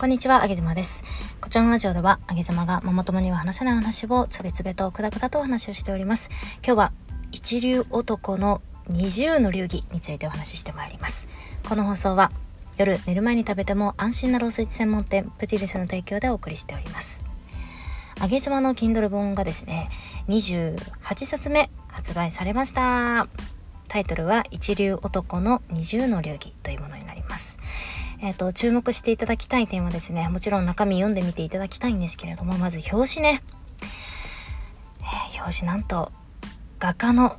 こんにちは、あげずまです。こちらのラジオではあげずまがママ友には話せない話をつべつべとくだくだとお話をしております。今日は一流男の20の流儀についてお話ししてまいります。この放送は夜寝る前に食べても安心なロースイーツ専門店プティリスの提供でお送りしております。あげずまの Kindle 本がですね、28冊目発売されました。タイトルは一流男の20の流儀というものになります。注目していただきたい点はですね、もちろん中身読んでみていただきたいんですけれども、まず表紙ね、表紙なんと画家の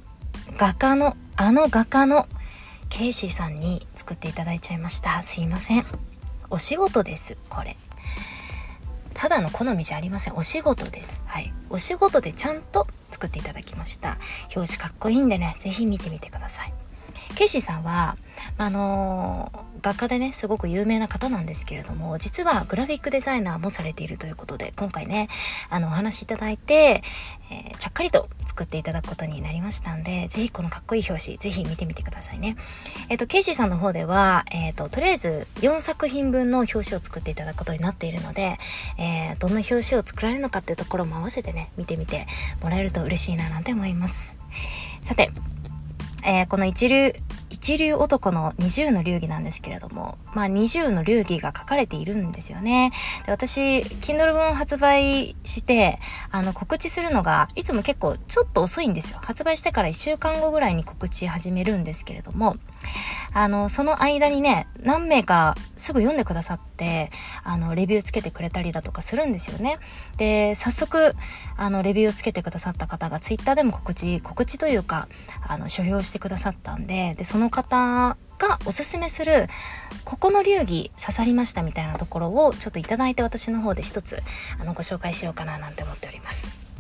ケイシーさんに作っていただいちゃいました。すいません、お仕事です。これただの好みじゃありません。お仕事です。はい、お仕事でちゃんと作っていただきました。表紙かっこいいんでね、ぜひ見てみてください。ケイシーさんは画家でね、すごく有名な方なんですけれども、実はグラフィックデザイナーもされているということで、今回ねお話しいただいて、ちゃっかりと作っていただくことになりましたんで、ぜひこのかっこいい表紙ぜひ見てみてくださいね。ケイシーさんの方では、とりあえず4作品分の表紙を作っていただくことになっているので、どんな表紙を作られるのかっていうところも合わせてね見てみてもらえると嬉しいななんて思います。さて、この一流男の20の流儀なんですけれども、20の流儀が書かれているんですよね。で、私 Kindle 本発売して告知するのがいつも結構ちょっと遅いんですよ。発売してから1週間後ぐらいに告知始めるんですけれども、その間にね何名かすぐ読んでくださってレビューつけてくれたりだとかするんですよね。で、早速レビューをつけてくださった方が Twitter でも告知というか書評してくださったんで、その方がおすすめするここの流儀刺さりましたみたいなところをちょっといただいて、私の方で一つご紹介しようかななんて思っております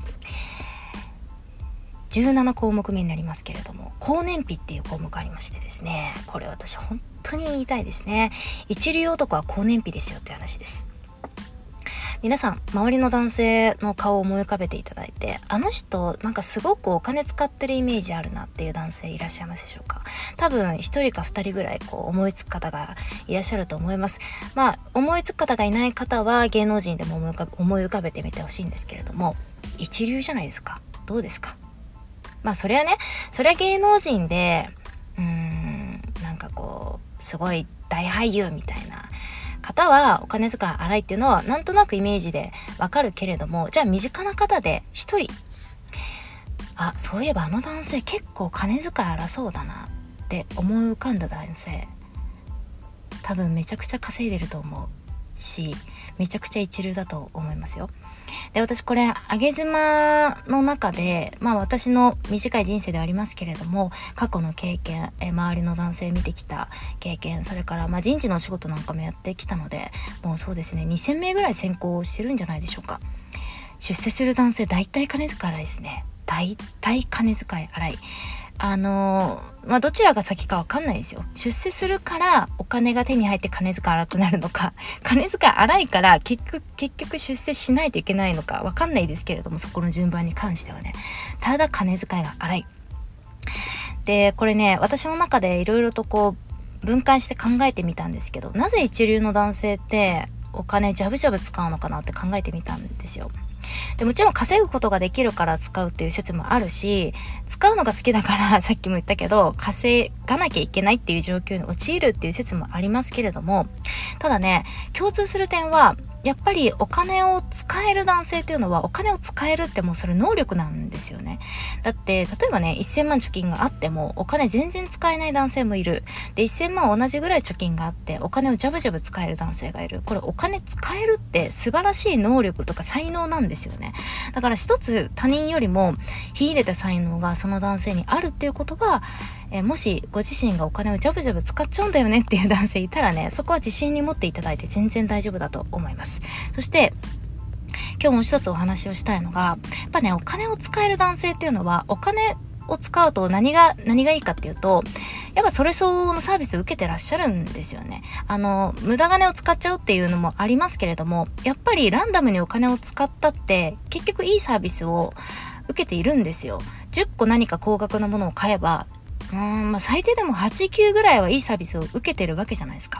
。17項目目になりますけれども、高燃費っていう項目ありましてですね、これ私本当に言いたいですね。一流男は高燃費ですよっていう話です。皆さん周りの男性の顔を思い浮かべていただいて、あの人なんかすごくお金使ってるイメージあるなっていう男性いらっしゃいますでしょうか。多分1人か2人ぐらい思いつく方がいらっしゃると思います。思いつく方がいない方は芸能人でも思い浮かべてみてほしいんですけれども、一流じゃないですか。どうですか。それは芸能人でなんかすごい大俳優みたいな方はお金遣い荒いっていうのはなんとなくイメージでわかるけれども、じゃあ身近な方で一人、そういえばあの男性結構金遣い荒そうだなって思い浮かんだ男性、多分めちゃくちゃ稼いでると思うし、めちゃくちゃ一流だと思いますよ。で、私これあげ妻の中で私の短い人生ではありますけれども、過去の経験、周りの男性見てきた経験、それから人事のお仕事なんかもやってきたので、もうそうですね2000名ぐらい選考してるんじゃないでしょうか。出世する男性大体金遣い荒いですね。大体金遣い荒い。どちらが先かわかんないですよ。出世するからお金が手に入って金遣い荒くなるのか、金遣い荒いから結局出世しないといけないのかわかんないですけれども、そこの順番に関してはね、ただ金遣いが荒い。で、これね、私の中でいろいろと分解して考えてみたんですけど、なぜ一流の男性ってお金ジャブジャブ使うのかなって考えてみたんですよ。で、もちろん稼ぐことができるから使うっていう説もあるし、使うのが好きだからさっきも言ったけど稼がなきゃいけないっていう状況に陥るっていう説もありますけれども、ただね、共通する点はやっぱりお金を使える男性っていうのは、お金を使えるってもうそれ能力なんですよね。だって例えばね、1000万貯金があってもお金全然使えない男性もいる。で、1000万同じぐらい貯金があってお金をジャブジャブ使える男性がいる。これお金使えるって素晴らしい能力とか才能なんですよね。だから一つ他人よりも秀でた才能がその男性にあるっていうことは、もしご自身がお金をジャブジャブ使っちゃうんだよねっていう男性いたらね、そこは自信に持っていただいて全然大丈夫だと思います。そして今日もう一つお話をしたいのが、やっぱね、お金を使える男性っていうのは、お金を使うと何がいいかっていうと、やっぱそれ相応のサービスを受けてらっしゃるんですよね。無駄金を使っちゃうっていうのもありますけれども、やっぱりランダムにお金を使ったって結局いいサービスを受けているんですよ。10個何か高額なものを買えば最低でも8、9ぐらいはいいサービスを受けてるわけじゃないですか。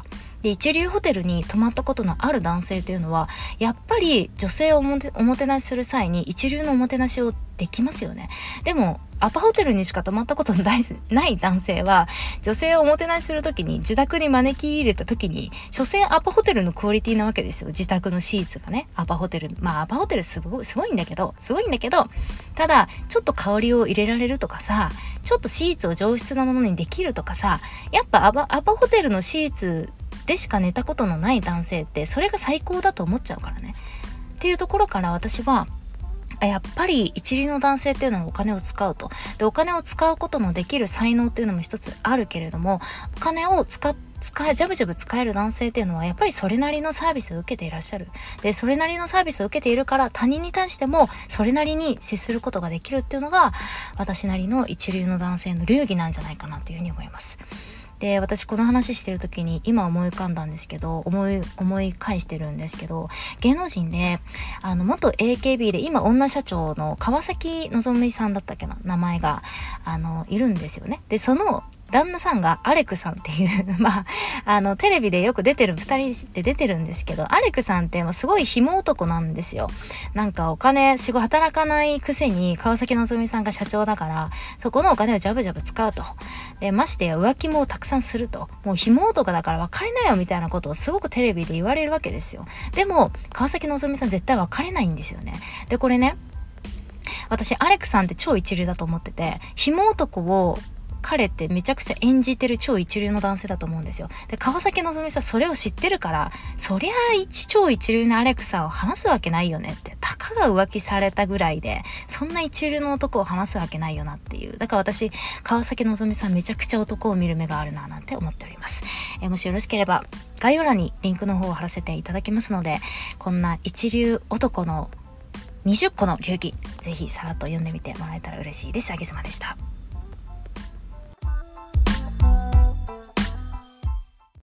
で、一流ホテルに泊まったことのある男性というのはやっぱり女性をおもてなしする際に一流のおもてなしをできますよね。でもアパホテルにしか泊まったことのない男性は女性をおもてなしするときに自宅に招き入れたときに所詮アパホテルのクオリティなわけですよ。自宅のシーツがね、アパホテルすごいんだけどただちょっと香りを入れられるとかさ、ちょっとシーツを上質なものにできるとかさ、やっぱアパホテルのシーツでしか寝たことのない男性ってそれが最高だと思っちゃうからね。っていうところから私はやっぱり一流の男性っていうのはお金を使うと。で、お金を使うことのできる才能っていうのも一つあるけれども、お金をジャブジャブ使える男性っていうのはやっぱりそれなりのサービスを受けていらっしゃる。で、それなりのサービスを受けているから他人に対してもそれなりに接することができるっていうのが私なりの一流の男性の流儀なんじゃないかなというふうに思います。で、私この話してる時に今思い浮かんだんですけど、思い返してるんですけど、芸能人で元 AKB で今女社長の川崎希さんだったっけな、名前がいるんですよね。で、その旦那さんがアレクさんっていうテレビでよく2人で出てるんですけど、アレクさんってすごい紐男なんですよ。なんかお金働かないくせに川崎希さんが社長だからそこのお金をジャブジャブ使うと。で、ましてや浮気もたくさんすると。もう紐男だから別れなよみたいなことをすごくテレビで言われるわけですよ。でも川崎希さん絶対別れないんですよね。で、これね、私アレクさんって超一流だと思ってて、紐男を彼ってめちゃくちゃ演じてる超一流の男性だと思うんですよ。で、川崎希さんそれを知ってるから、そりゃ超一流のアレクさんを話すわけないよねって。たかが浮気されたぐらいでそんな一流の男を話すわけないよなっていう。だから私川崎希さんめちゃくちゃ男を見る目があるななんて思っております。もしよろしければ概要欄にリンクの方を貼らせていただきますので、こんな一流男の20個の流儀、ぜひさらっと読んでみてもらえたら嬉しいです。あげずまでした。